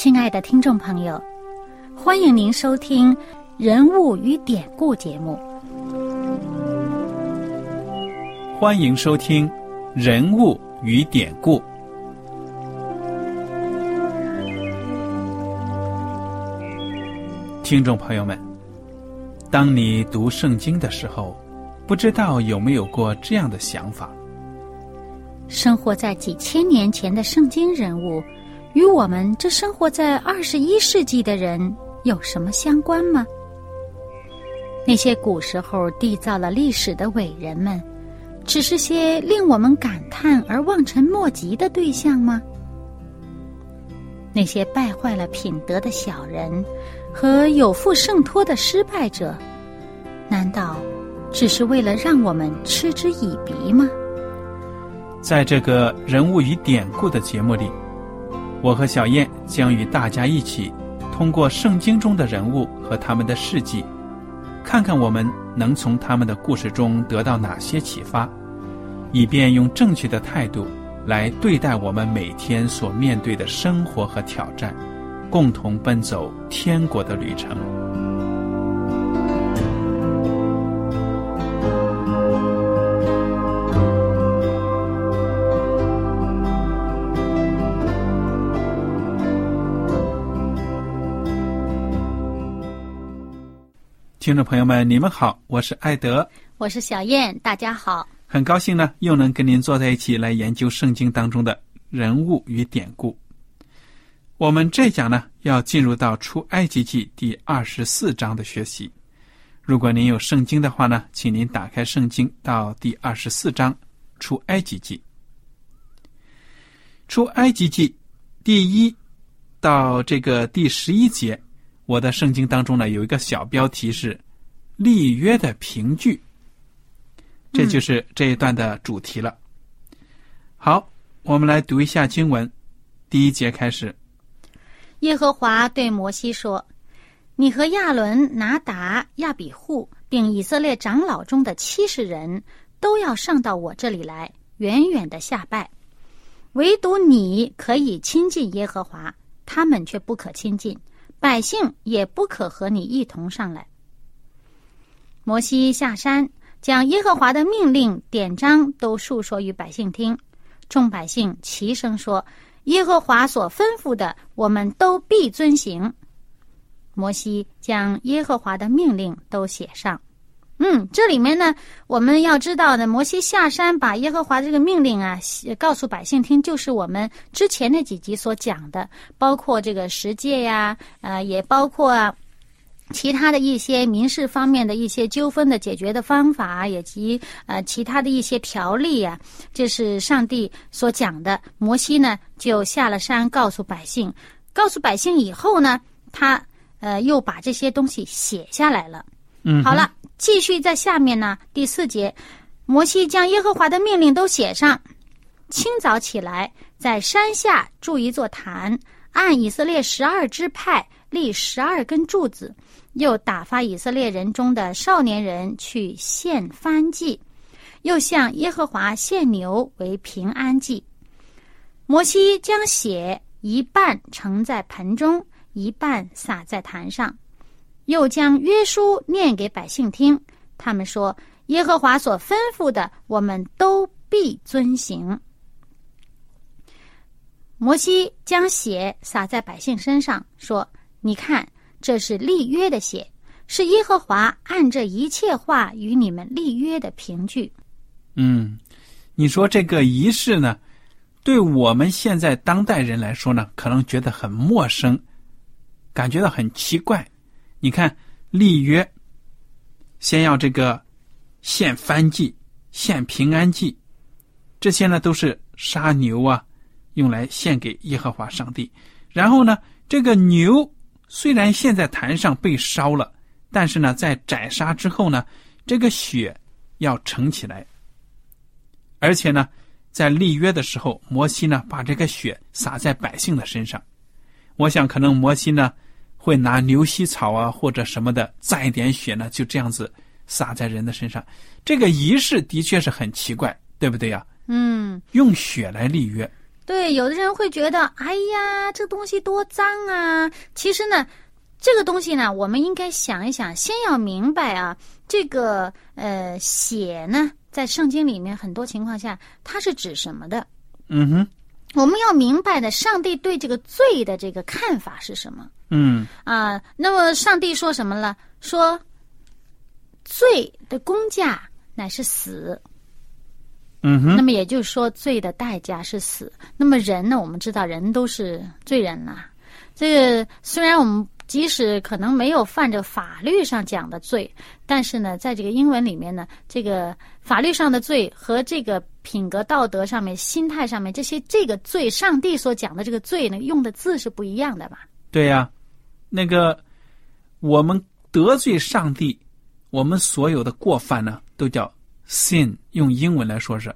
亲爱的听众朋友，欢迎您收听《人物与典故》节目。 欢迎收听《人物与典故》。听众朋友们，当你读圣经的时候，不知道有没有过这样的想法： 生活在几千年前的圣经人物，与我们这生活在21世纪的人有什么相关吗？那些古时候缔造了历史的伟人们，只是些令我们感叹而望尘莫及的对象吗？那些败坏了品德的小人和有负圣托的失败者，难道只是为了让我们嗤之以鼻吗？ 在这个人物与典故的节目里，我和小燕将与大家一起通过圣经中的人物和他们的事迹，看看我们能从他们的故事中得到哪些启发，以便用正确的态度来对待我们每天所面对的生活和挑战，共同奔走天国的旅程。听众朋友们，你们好，我是艾德， 我是小燕，大家好。 很高兴呢，又能跟您坐在一起来研究圣经当中的人物与典故。我们这讲呢，要进入到出埃及记第24章的学习。如果您有圣经的话呢，请您打开圣经到第24章出埃及记。出埃及记第1到这个第11节，我的圣经当中呢，有一个小标题是立约的凭据，这就是这一段的主题了。好，我们来读一下经文。第1节开始。 耶和华对摩西说，你和亚伦、拿达、亚比户并以色列长老中的70人都要上到我这里来，远远的下拜，唯独你可以亲近耶和华，他们却不可亲近，百姓也不可和你一同上来。摩西下山，将耶和华的命令典章都述说于百姓听，众百姓齐声说，耶和华所吩咐的，我们都必遵行。摩西将耶和华的命令都写上。这里面呢，我们要知道的，摩西下山把耶和华这个命令啊告诉百姓听，就是我们之前那几集所讲的，包括这个十诫呀，也包括其他的一些民事方面的一些纠纷的解决的方法，以及其他的一些条例啊，这是上帝所讲的。摩西呢就下了山告诉百姓以后呢，他又把这些东西写下来了。好了，继续在下面呢，第4节，摩西将耶和华的命令都写上，清早起来，在山下筑一座坛，按以色列12支派立12根柱子，又打发以色列人中的少年人去献燔祭，又向耶和华献牛为平安祭。摩西将血一半盛在盆中，一半撒在坛上，又将约书念给百姓听，他们说，耶和华所吩咐的，我们都必遵行。摩西将血洒在百姓身上，说，你看，这是立约的血，是耶和华按这一切话与你们立约的凭据。 你说这个仪式呢，对我们现在当代人来说呢，可能觉得很陌生，感觉到很奇怪。你看，立约先要这个献燔祭、献平安祭，这些呢都是杀牛啊，用来献给耶和华上帝。然后呢，这个牛虽然现在坛上被烧了，但是呢，在宰杀之后呢，这个血要盛起来。而且呢，在立约的时候，摩西呢把这个血洒在百姓的身上。我想可能摩西呢会拿牛膝草啊或者什么的蘸一点血呢，就这样子洒在人的身上。这个仪式的确是很奇怪，对不对呀？用血来立约。 对，有的人会觉得，哎呀，这东西多脏啊！其实呢，这个东西呢，我们应该想一想，先要明白啊，这个血呢，在圣经里面很多情况下，它是指什么的？ 嗯哼， 我们要明白的，上帝对这个罪的这个看法是什么？那么上帝说什么了？说罪的工价乃是死。那么也就是说，罪的代价是死。那么人呢？我们知道人都是罪人啦。这个虽然我们即使可能没有犯着法律上讲的罪，但是呢，在这个英文里面呢，这个法律上的罪和这个品格道德上面、心态上面这个罪，上帝所讲的这个罪呢，用的字是不一样的吧？ 对呀，那个我们得罪上帝，我们所有的过犯呢，都叫sin， 用英文来说是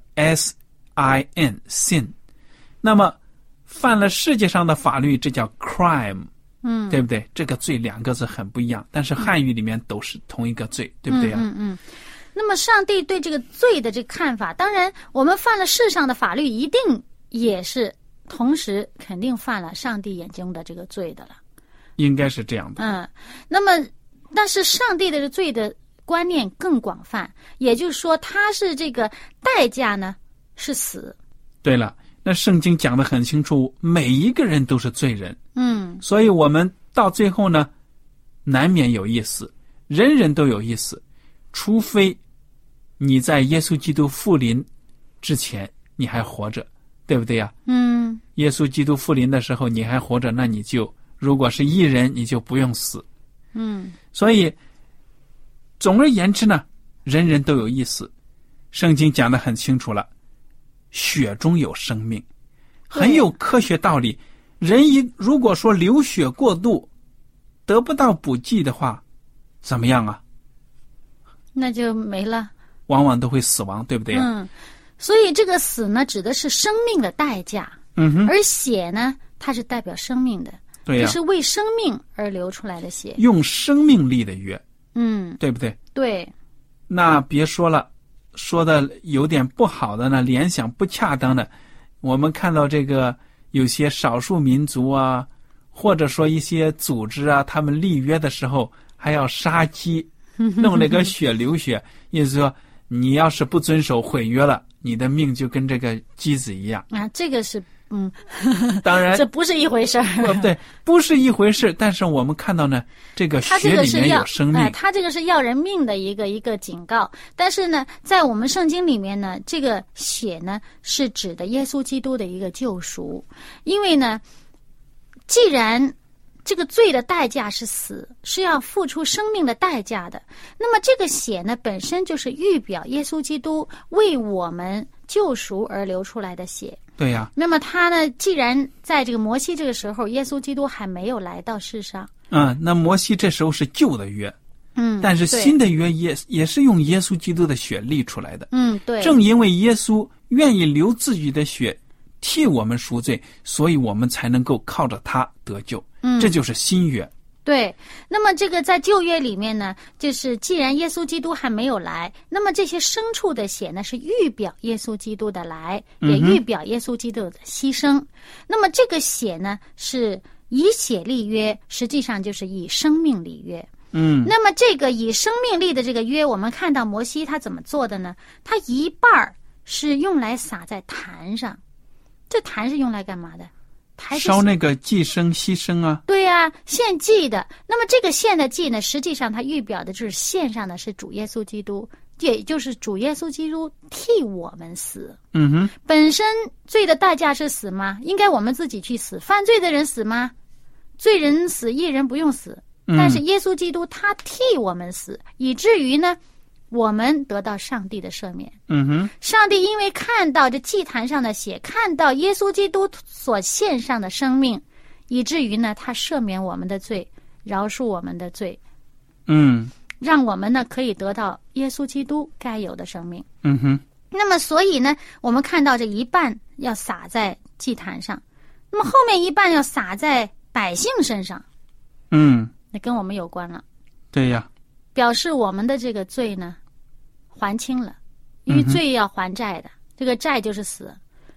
S-I-N sin。 那么犯了世界上的法律，这叫 crime， 对不对？这个罪两个字很不一样，但是汉语里面都是同一个罪，对不对呀？ 那么上帝对这个罪的这个看法，当然我们犯了世上的法律，一定也是同时肯定犯了上帝眼中的这个罪的了， 应该是这样的。 那么但是上帝的这个罪的观念更广泛，也就是说他是这个代价呢是死。 对了，那圣经讲得很清楚，每一个人都是罪人。所以我们到最后呢，难免有一死，人人都有一死，除非你在耶稣基督复临之前你还活着，对不对呀？耶稣基督复临的时候你还活着，那你就如果是义人，你就不用死。所以总而言之呢，人人都有一死。圣经讲得很清楚了，血中有生命，很有科学道理。人如果说流血过度得不到补剂的话，怎么样啊？ 那就没了， 往往都会死亡，对不对呀？ 所以这个死呢，指的是生命的代价。而血呢，它是代表生命的， 对呀， 这是为生命而流出来的血， 用生命立的约，对不对？ 对。 那别说了，说的有点不好的呢，联想不恰当的，我们看到这个有些少数民族啊，或者说一些组织啊，他们立约的时候还要杀鸡，弄那个血流血，意思说你要是不遵守毁约了，你的命就跟这个鸡子一样啊。这个是当然这不是一回事儿。 对，不是一回事。但是我们看到呢，这个血里面有生命， 它这个是要人命的一个警告。但是呢，在我们圣经里面呢，这个血呢是指的耶稣基督的一个救赎。因为呢，既然这个罪的代价是死，是要付出生命的代价的，那么这个血呢本身就是预表耶稣基督为我们救赎而流出来的血。 对呀。 那么他呢，既然在这个摩西这个时候，耶稣基督还没有来到世上， 那摩西这时候是旧的约，但是新的约也是用耶稣基督的血立出来的。 对。 正因为耶稣愿意流自己的血替我们赎罪，所以我们才能够靠着他得救。这就是新约。 对。那么这个在旧约里面呢，就是既然耶稣基督还没有来，那么这些牲畜的血呢是预表耶稣基督的来，也预表耶稣基督的牺牲。那么这个血呢是以血立约，实际上就是以生命立约。那么这个以生命立的这个约，我们看到摩西他怎么做的呢？他一半是用来撒在坛上。这坛是用来干嘛的？ 烧那个祭牲牺牲啊。 对啊，献祭的。那么这个献的祭呢，实际上它预表的就是献上的是主耶稣基督，也就是主耶稣基督替我们死。本身罪的代价是死吗？应该我们自己去死。犯罪的人死吗？罪人死，义人不用死。但是耶稣基督他替我们死，以至于呢我们得到上帝的赦免。上帝因为看到这祭坛上的血，看到耶稣基督所献上的生命，以至于呢他赦免我们的罪，饶恕我们的罪，让我们呢可以得到耶稣基督该有的生命。那么所以呢，我们看到这一半要撒在祭坛上，那么后面一半要撒在百姓身上。那跟我们有关了。 对呀。 表示我们的这个罪呢还清了，因为罪要还债的，这个债就是死。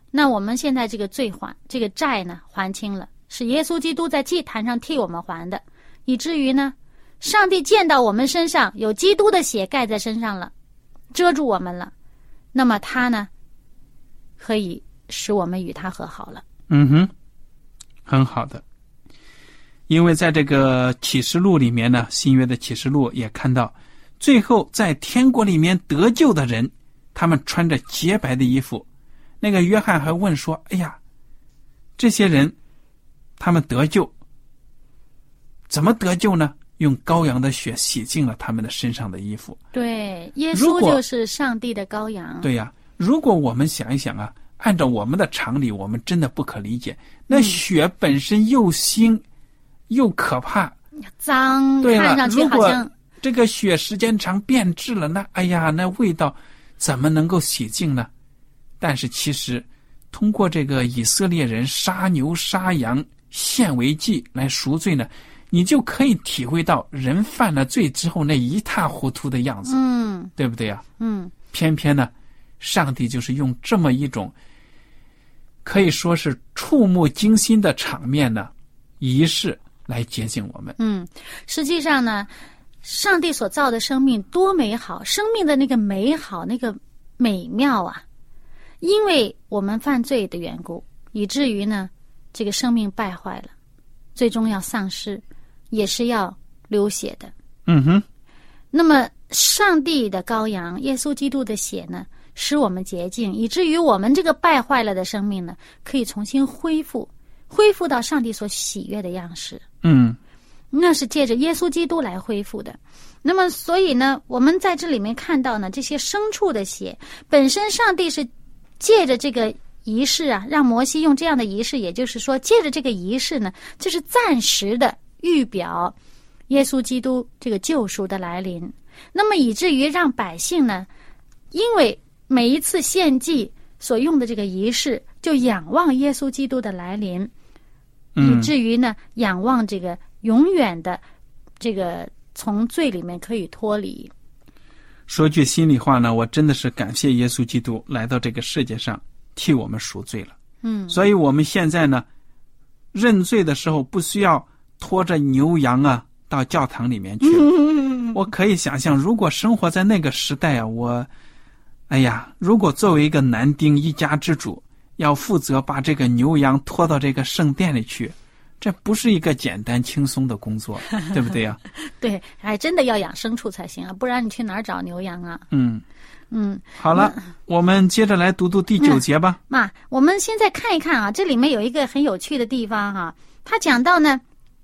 那我们现在这个这个债呢还清了，是耶稣基督在祭坛上替我们还的，以至于呢上帝见到我们身上有基督的血盖在身上了，遮住我们了，那么他呢可以使我们与他和好了。 很好的。因为在这个启示录里面呢，新约的启示录也看到，最后在天国里面得救的人，他们穿着洁白的衣服。那个约翰还问说，哎呀，这些人他们得救怎么得救呢？用羔羊的血洗净了他们的身上的衣服。 对，耶稣就是上帝的羔羊。 对呀，如果我们想一想啊，按照我们的常理，我们真的不可理解，那血本身又腥又可怕， 脏， 对了， 看上去好像如果这个血时间长变质了，那哎呀，那味道怎么能够洗净呢？但是其实通过这个以色列人杀牛杀羊献为祭来赎罪呢，你就可以体会到人犯了罪之后那一塌糊涂的样子，对不对呀？偏偏呢上帝就是用这么一种可以说是触目惊心的场面呢，仪式来接近我们。 实际上呢，上帝所造的生命多美好，生命的那个美好，那个美妙啊，因为我们犯罪的缘故，以至于呢这个生命败坏了，最终要丧失，也是要流血的。那么上帝的羔羊耶稣基督的血呢，使我们洁净，以至于我们这个败坏了的生命呢，可以重新恢复到上帝所喜悦的样式。那是借着耶稣基督来恢复的。那么所以呢，我们在这里面看到呢，这些牲畜的血本身，上帝是借着这个仪式啊，让摩西用这样的仪式，也就是说借着这个仪式呢，这是暂时的预表耶稣基督这个救赎的来临。那么以至于让百姓呢，因为每一次献祭所用的这个仪式，就仰望耶稣基督的来临，以至于呢仰望这个永远的这个从罪里面可以脱离。 说句心里话呢，我真的是感谢耶稣基督来到这个世界上替我们赎罪了。所以我们现在呢认罪的时候不需要拖着牛羊啊到教堂里面去。我可以想象，如果生活在那个时代啊，如果作为一个男丁一家之主，要负责把这个牛羊拖到这个圣殿里去，这不是一个简单轻松的工作，对不对呀？ 对，真的要养牲畜才行啊，不然你去哪儿找牛羊啊？ 好了，我们接着来读第9节吧。 我们现在看一看啊，这里面有一个很有趣的地方哈，他讲到呢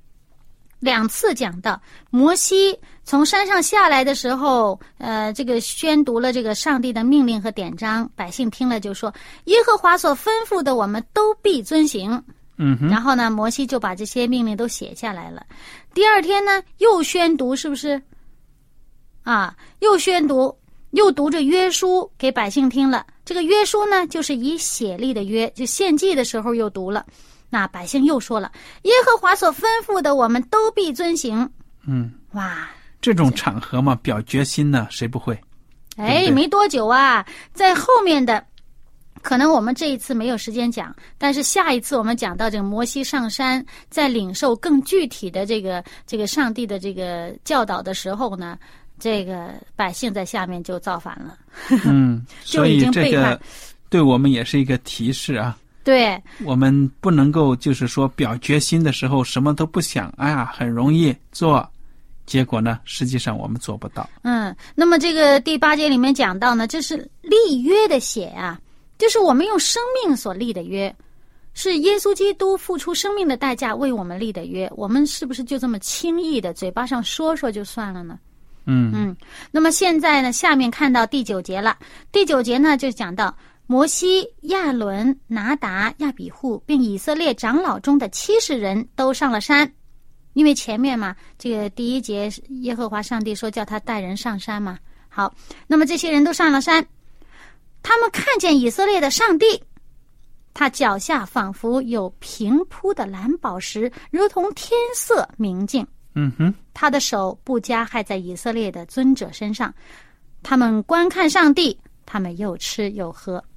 ，2次讲到摩西从山上下来的时候，这个宣读了这个上帝的命令和典章，百姓听了就说，耶和华所吩咐的我们都必遵行。然后呢，摩西就把这些命令都写下来了。第二天呢，又宣读，是不是？又宣读，又读着约书给百姓听了。这个约书呢，就是以血立的约，就献祭的时候又读了。那百姓又说了，耶和华所吩咐的我们都必遵行。哇， 这种场合嘛，表决心呢，谁不会？对不对？ 没多久啊，在后面的可能我们这一次没有时间讲，但是下一次我们讲到这个摩西上山，在领受更具体的这个上帝的这个教导的时候呢，这个百姓在下面就造反了。 所以这个对我们也是一个提示啊。 对， 我们不能够就是说表决心的时候什么都不想，很容易做，结果呢实际上我们做不到。 那么这个第8节里面讲到呢，这是立约的血啊，就是我们用生命所立的约，是耶稣基督付出生命的代价为我们立的约，我们是不是就这么轻易的嘴巴上说说就算了呢？那么现在呢，下面看到第9节了。第9节呢就讲到摩西、亚伦、拿达、亚比户并以色列长老中的70人都上了山。因为前面嘛，这个第1节耶和华上帝说叫他带人上山嘛。好，那么这些人都上了山，他们看见以色列的上帝，他脚下仿佛有平铺的蓝宝石，如同天色明净。他的手不加害在以色列的尊者身上，他们观看上帝，他们又吃又喝。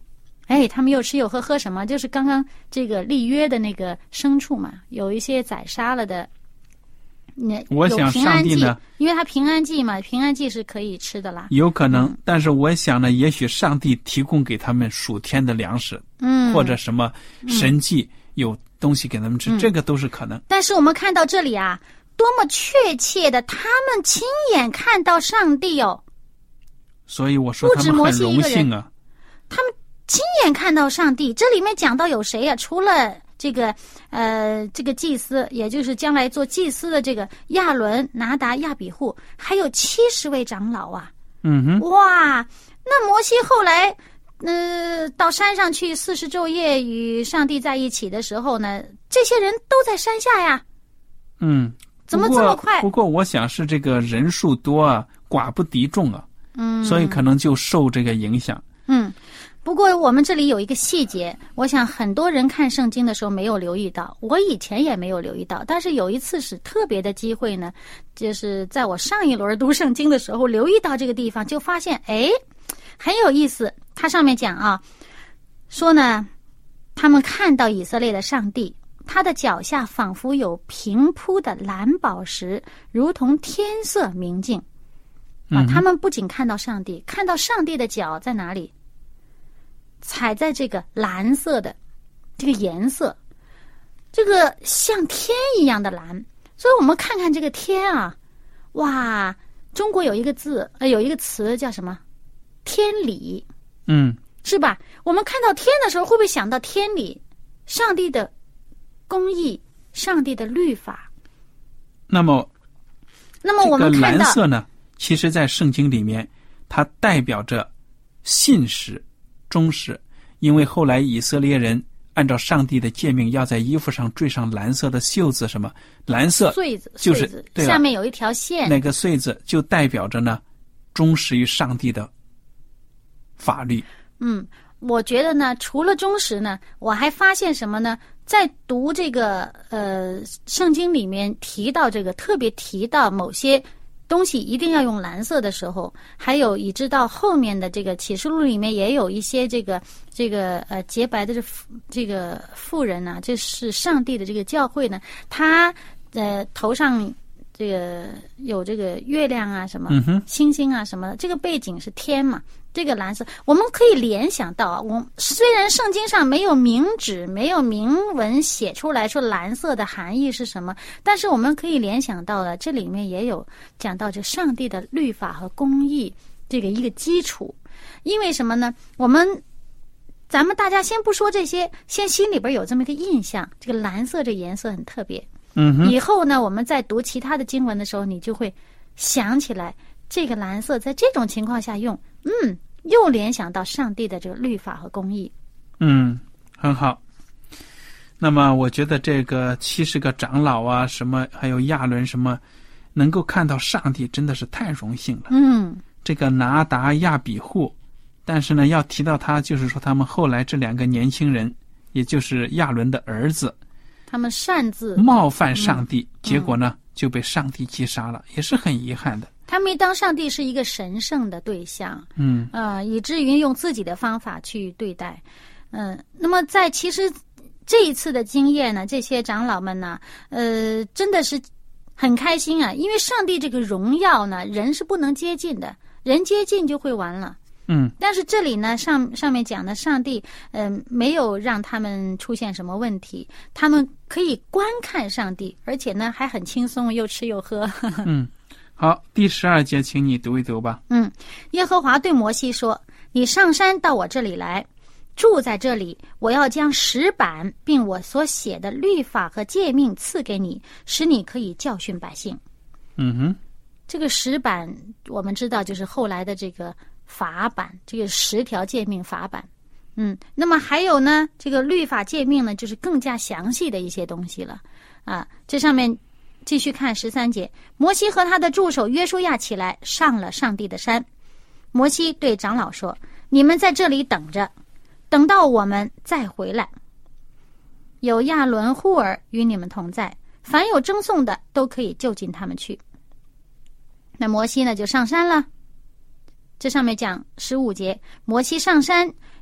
他们又吃又喝，喝什么？就是刚刚这个立约的那个牲畜嘛，有一些宰杀了的。 我想上帝呢， 因为它平安祭嘛，平安祭是可以吃的啦。 有可能，但是我想呢，也许上帝提供给他们数天的粮食，或者什么神迹，有东西给他们吃，这个都是可能。 但是我们看到这里啊，多么确切的，他们亲眼看到上帝哦。 所以我说他们很荣幸啊， 他们亲眼看到上帝。这里面讲到有谁啊？除了这个祭司，也就是将来做祭司的这个亚伦、拿达、亚比户，还有70位长老啊。哇，那摩西后来到山上去40昼夜与上帝在一起的时候呢，这些人都在山下呀。怎么这么快？ 不过我想是这个人数多啊，寡不敌众啊。所以可能就受这个影响。 不过我们这里有一个细节，我想很多人看圣经的时候没有留意到，我以前也没有留意到，但是有一次是特别的机会呢，就是在我上一轮读圣经的时候留意到这个地方，就发现很有意思。它上面讲啊，说呢，他们看到以色列的上帝，他的脚下仿佛有平铺的蓝宝石，如同天色明净。他们不仅看到上帝，看到上帝的脚在哪里？踩在这个蓝色的这个颜色，这个像天一样的蓝。所以我们看看这个天啊，哇，中国有一个字，有一个词叫什么？天理。是吧？我们看到天的时候，会不会想到天理？上帝的公义，上帝的律法。那么我们看到这个蓝色呢，其实在圣经里面它代表着信实忠实，因为后来以色列人按照上帝的诫命，要在衣服上缀上蓝色的绣子，什么蓝色穗子， 就是对下面有一条线， 那个穗子就代表着呢忠实于上帝的法律。 我觉得呢，除了忠实呢，我还发现什么呢？在读这个圣经里面提到这个，特别提到某些东西一定要用蓝色的时候，还有以致到后面的这个启示录里面也有一些这个洁白的这个妇人啊，这是上帝的这个教会呢，他头上这个有这个月亮啊什么星星啊什么的，这个背景是天嘛，这个蓝色我们可以联想到啊，虽然圣经上没有明指没有明文写出来说蓝色的含义是什么，但是我们可以联想到了，这里面也有讲到这上帝的律法和公义这个一个基础。因为什么呢？咱们大家先不说这些，先心里边有这么一个印象，这个蓝色这颜色很特别。以后呢，我们在读其他的经文的时候，你就会想起来这个蓝色在这种情况下用，又联想到上帝的这个律法和公义。 很好。那么我觉得这个70个长老啊，什么还有亚伦什么，能够看到上帝真的是太荣幸了。这个拿达亚比户，但是呢，要提到他，就是说他们后来这2个年轻人，也就是亚伦的儿子， 他们擅自冒犯上帝，结果呢就被上帝击杀了，也是很遗憾的。 他没当上帝是一个神圣的对象，以至于用自己的方法去对待。那么在其实这一次的经验呢，这些长老们呢，真的是很开心啊，因为上帝这个荣耀呢，人是不能接近的，人接近就会完了。但是这里呢，上面讲的上帝，没有让他们出现什么问题，他们可以观看上帝，而且呢还很轻松，又吃又喝。 好，第12节，请你读一读吧。 耶和华对摩西说：“你上山到我这里来，住在这里，我要将石板并我所写的律法和诫命赐给你，使你可以教训百姓。”这个石板我们知道就是后来的这个法版，这个10条诫命法版。那么还有呢，这个律法诫命呢，就是更加详细的一些东西了啊。这上面继续看13节，摩西和他的助手约书亚起来，上了上帝的山。摩西对长老说：“你们在这里等着，等到我们再回来。有亚伦、户尔与你们同在，凡有争讼的都可以就近他们去。”那摩西呢就上山了。这上面讲15节，摩西上山，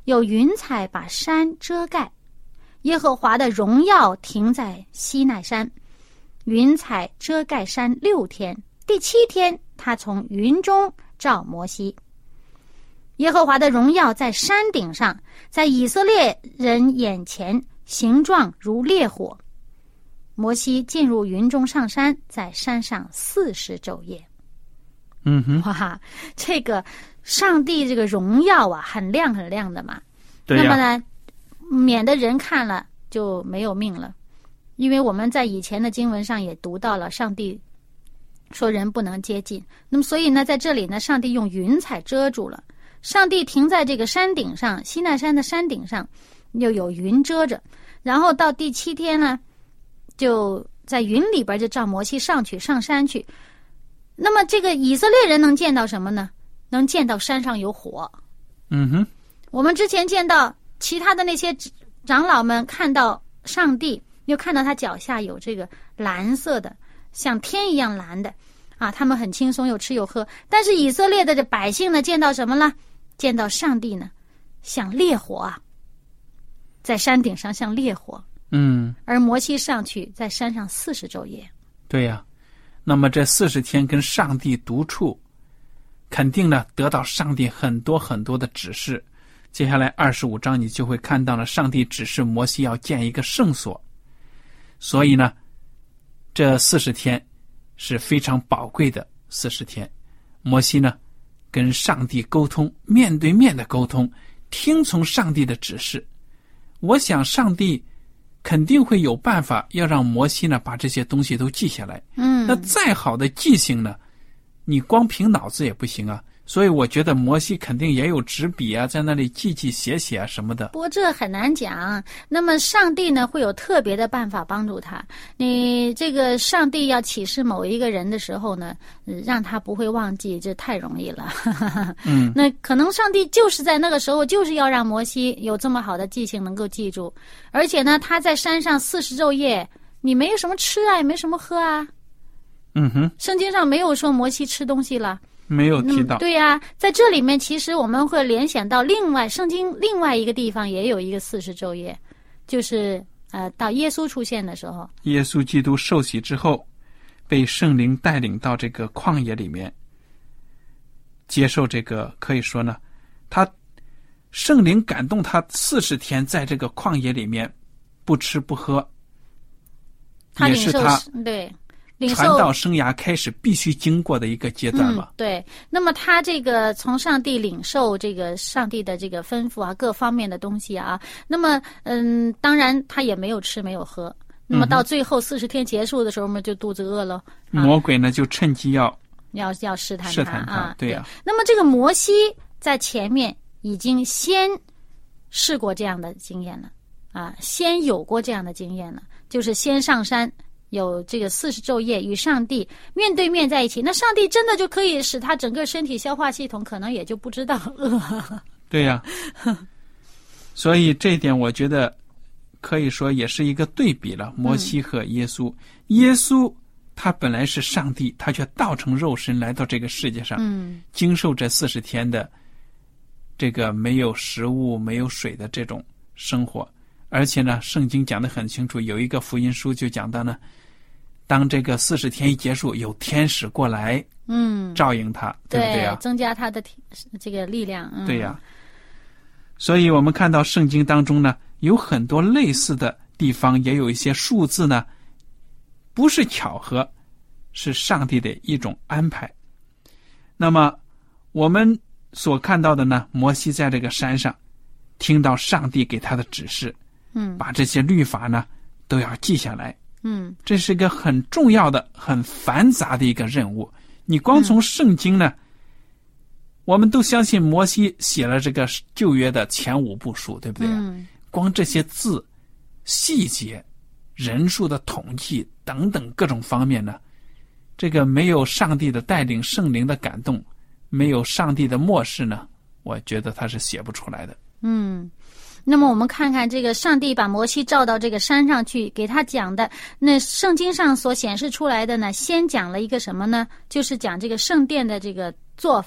有云彩把山遮盖。耶和华的荣耀停在西奈山，云彩遮盖山6天，第7天他从云中召摩西。耶和华的荣耀在山顶上，在以色列人眼前，形状如烈火。摩西进入云中上山，在山上40昼夜。哇，这个上帝这个荣耀啊，很亮很亮的嘛。 对呀。 那么呢，免得人看了就没有命了。因为我们在以前的经文上也读到了，上帝说人不能接近。那么所以呢，在这里呢，上帝用云彩遮住了。上帝停在这个山顶上，西奈山的山顶上又有云遮着。然后到第7天呢，就在云里边就召摩西上山去。那么这个以色列人能见到什么呢？能见到山上有火。我们之前见到其他的那些长老们看到上帝，又看到他脚下有这个蓝色的，像天一样蓝的啊，他们很轻松，有吃有喝。但是以色列的这百姓呢，见到什么了？见到上帝呢，像烈火啊，在山顶上像烈火。而摩西上去在山上40昼夜。 对呀。那么这40天跟上帝独处，肯定呢得到上帝很多很多的指示。接下来25章你就会看到了，上帝指示摩西要建一个圣所。所以呢，这40天是非常宝贵的40天。摩西呢跟上帝沟通，面对面的沟通，听从上帝的指示。我想上帝肯定会有办法要让摩西呢把这些东西都记下来。那再好的记性呢，你光凭脑子也不行啊。所以我觉得摩西肯定也有纸笔啊，在那里记写啊什么的。 不过这很难讲。那么上帝呢会有特别的办法帮助他。你这个上帝要启示某一个人的时候呢，让他不会忘记，这太容易了。那可能上帝就是在那个时候就是要让摩西有这么好的记性能够记住。而且呢，他在山上40昼夜，你没有什么吃啊，也没什么喝啊。圣经上没有说摩西吃东西了。 没有提到。 对呀，在这里面其实我们会联想到圣经另外一个地方也有一个40昼夜，就是到耶稣出现的时候， 耶稣基督受洗之后，被圣灵带领到这个旷野里面，接受这个，可以说呢，圣灵感动他40天在这个旷野里面不吃不喝，也是他对传道生涯开始必须经过的一个阶段嘛。 对。那么他这个从上帝领受这个上帝的这个吩咐啊，各方面的东西啊，那么当然他也没有吃没有喝。那么到最后40天结束的时候嘛，就肚子饿了。 魔鬼呢就趁机要试探他啊。对呀。 那么这个摩西在前面已经先试过这样的经验了啊，先有过这样的经验了，就是先上山。有这个40昼夜与上帝面对面在一起，那上帝真的就可以使他整个身体消化系统可能也就不知道饿。 对呀。所以这一点我觉得可以说也是一个对比了，摩西和耶稣。耶稣他本来是上帝，他却道成肉身来到这个世界上，经受这40天的这个没有食物没有水的这种生活。而且呢，圣经讲得很清楚，有一个福音书就讲到呢，当这个40天一结束，有天使过来照应他，对不对啊？ 增加他的这个力量。 对呀。所以我们看到圣经当中呢，有很多类似的地方，也有一些数字呢，不是巧合，是上帝的一种安排。那么我们所看到的呢，摩西在这个山上听到上帝给他的指示，把这些律法呢都要记下来。这是一个很重要的很繁杂的一个任务。你光从圣经呢，我们都相信摩西写了这个旧约的前5部书，对不对？光这些字细节人数的统计等等各种方面呢，这个没有上帝的带领，圣灵的感动，没有上帝的默示呢，我觉得他是写不出来的。 那么我们看看这个上帝把摩西召到这个山上去给他讲的，那圣经上所显示出来的呢，先讲了一个什么呢？就是讲这个圣殿的这个做法。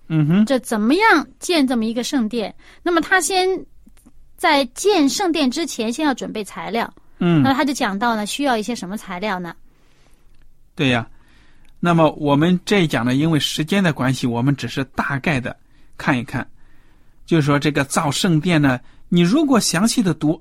这怎么样建这么一个圣殿？那么他先在建圣殿之前，先要准备材料。那他就讲到呢，需要一些什么材料呢？ 对呀。那么我们这一讲呢，因为时间的关系，我们只是大概的看一看。就是说这个造圣殿呢，你如果详细的读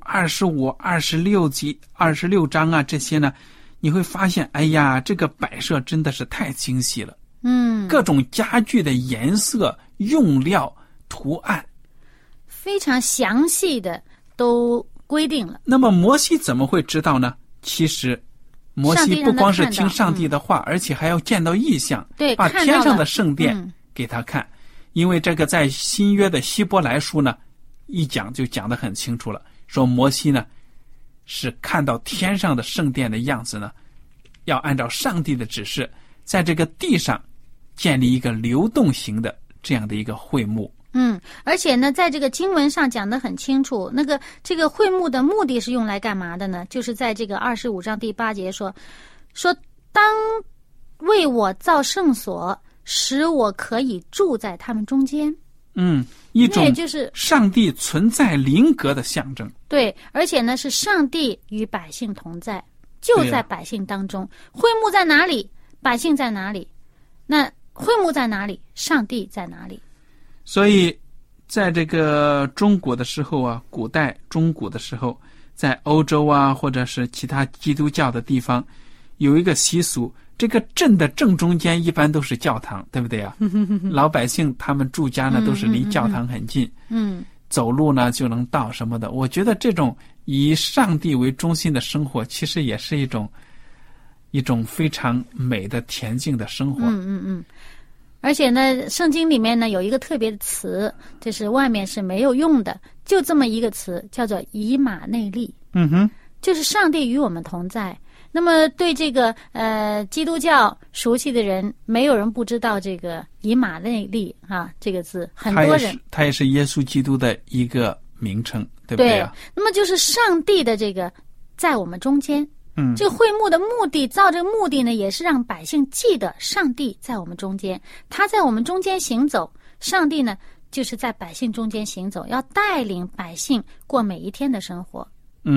25、26章啊这些呢，你会发现，哎呀，这个摆设真的是太精细了。各种家具的颜色、用料、图案， 非常详细的都规定了。 那么摩西怎么会知道呢？其实摩西不光是听上帝的话，而且还要见到异象， 对， 把天上的圣殿给他看。因为这个在新约的希伯来书呢，一讲就讲得很清楚了，说摩西呢是看到天上的圣殿的样子呢，要按照上帝的指示，在这个地上建立一个流动型的这样的一个会幕。 而且呢，在这个经文上讲得很清楚，这个会幕的目的是用来干嘛的呢？就是在这个25章第8节说当为我造圣所，使我可以住在他们中间。 一种就是上帝存在灵格的象征。 对，而且呢是上帝与百姓同在，就在百姓当中。会幕在哪里，百姓在哪里？那会幕在哪里，上帝在哪里？ 所以在这个中国的时候啊，古代中古的时候，在欧洲啊或者是其他基督教的地方，有一个习俗，这个镇的正中间一般都是教堂，对不对啊？老百姓他们住家呢都是离教堂很近，走路呢就能到什么的。我觉得这种以上帝为中心的生活，其实也是一种非常美的恬静的生活。 而且呢，圣经里面呢有一个特别的词，就是外面是没有用的，就这么一个词，叫做以马内利。就是上帝与我们同在。那么对这个基督教熟悉的人，没有人不知道这个以马内利啊这个字，很多人他也是耶稣基督的一个名称，对不对啊？ 那么就是上帝的这个在我们中间。这个会幕的目的，造这个目的呢，也是让百姓记得上帝在我们中间，他在我们中间行走。上帝呢，就是在百姓中间行走，要带领百姓过每一天的生活。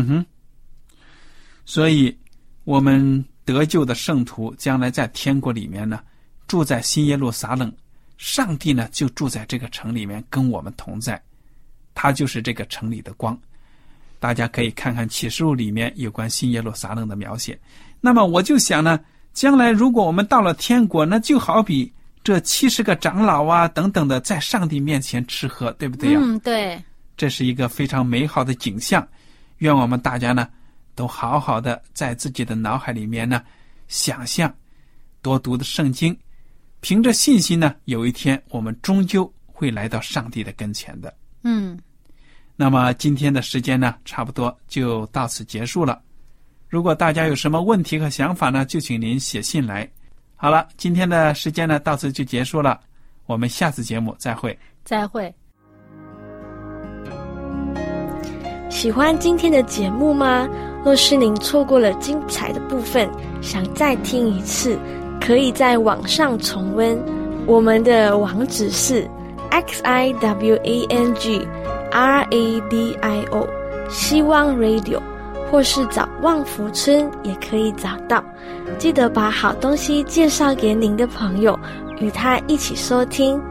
所以我们得救的圣徒将来在天国里面呢，住在新耶路撒冷，上帝呢就住在这个城里面，跟我们同在，他就是这个城里的光。大家可以看看启示录里面有关新耶路撒冷的描写。那么我就想呢，将来如果我们到了天国，那就好比这70个长老啊等等的在上帝面前吃喝，对不对呀？ 对， 这是一个非常美好的景象。愿我们大家呢都好好的在自己的脑海里面呢想象，多读的圣经，凭着信心呢，有一天我们终究会来到上帝的跟前的。那么今天的时间呢，差不多就到此结束了。如果大家有什么问题和想法呢，就请您写信来。好了，今天的时间呢，到此就结束了。我们下次节目再会。 再会。 喜欢今天的节目吗？若是您错过了精彩的部分，想再听一次，可以在网上重温。我们的网址是 XIWANGRADIO 希望 Radio， 或是找旺福村也可以找到。记得把好东西介绍给您的朋友，与他一起收听。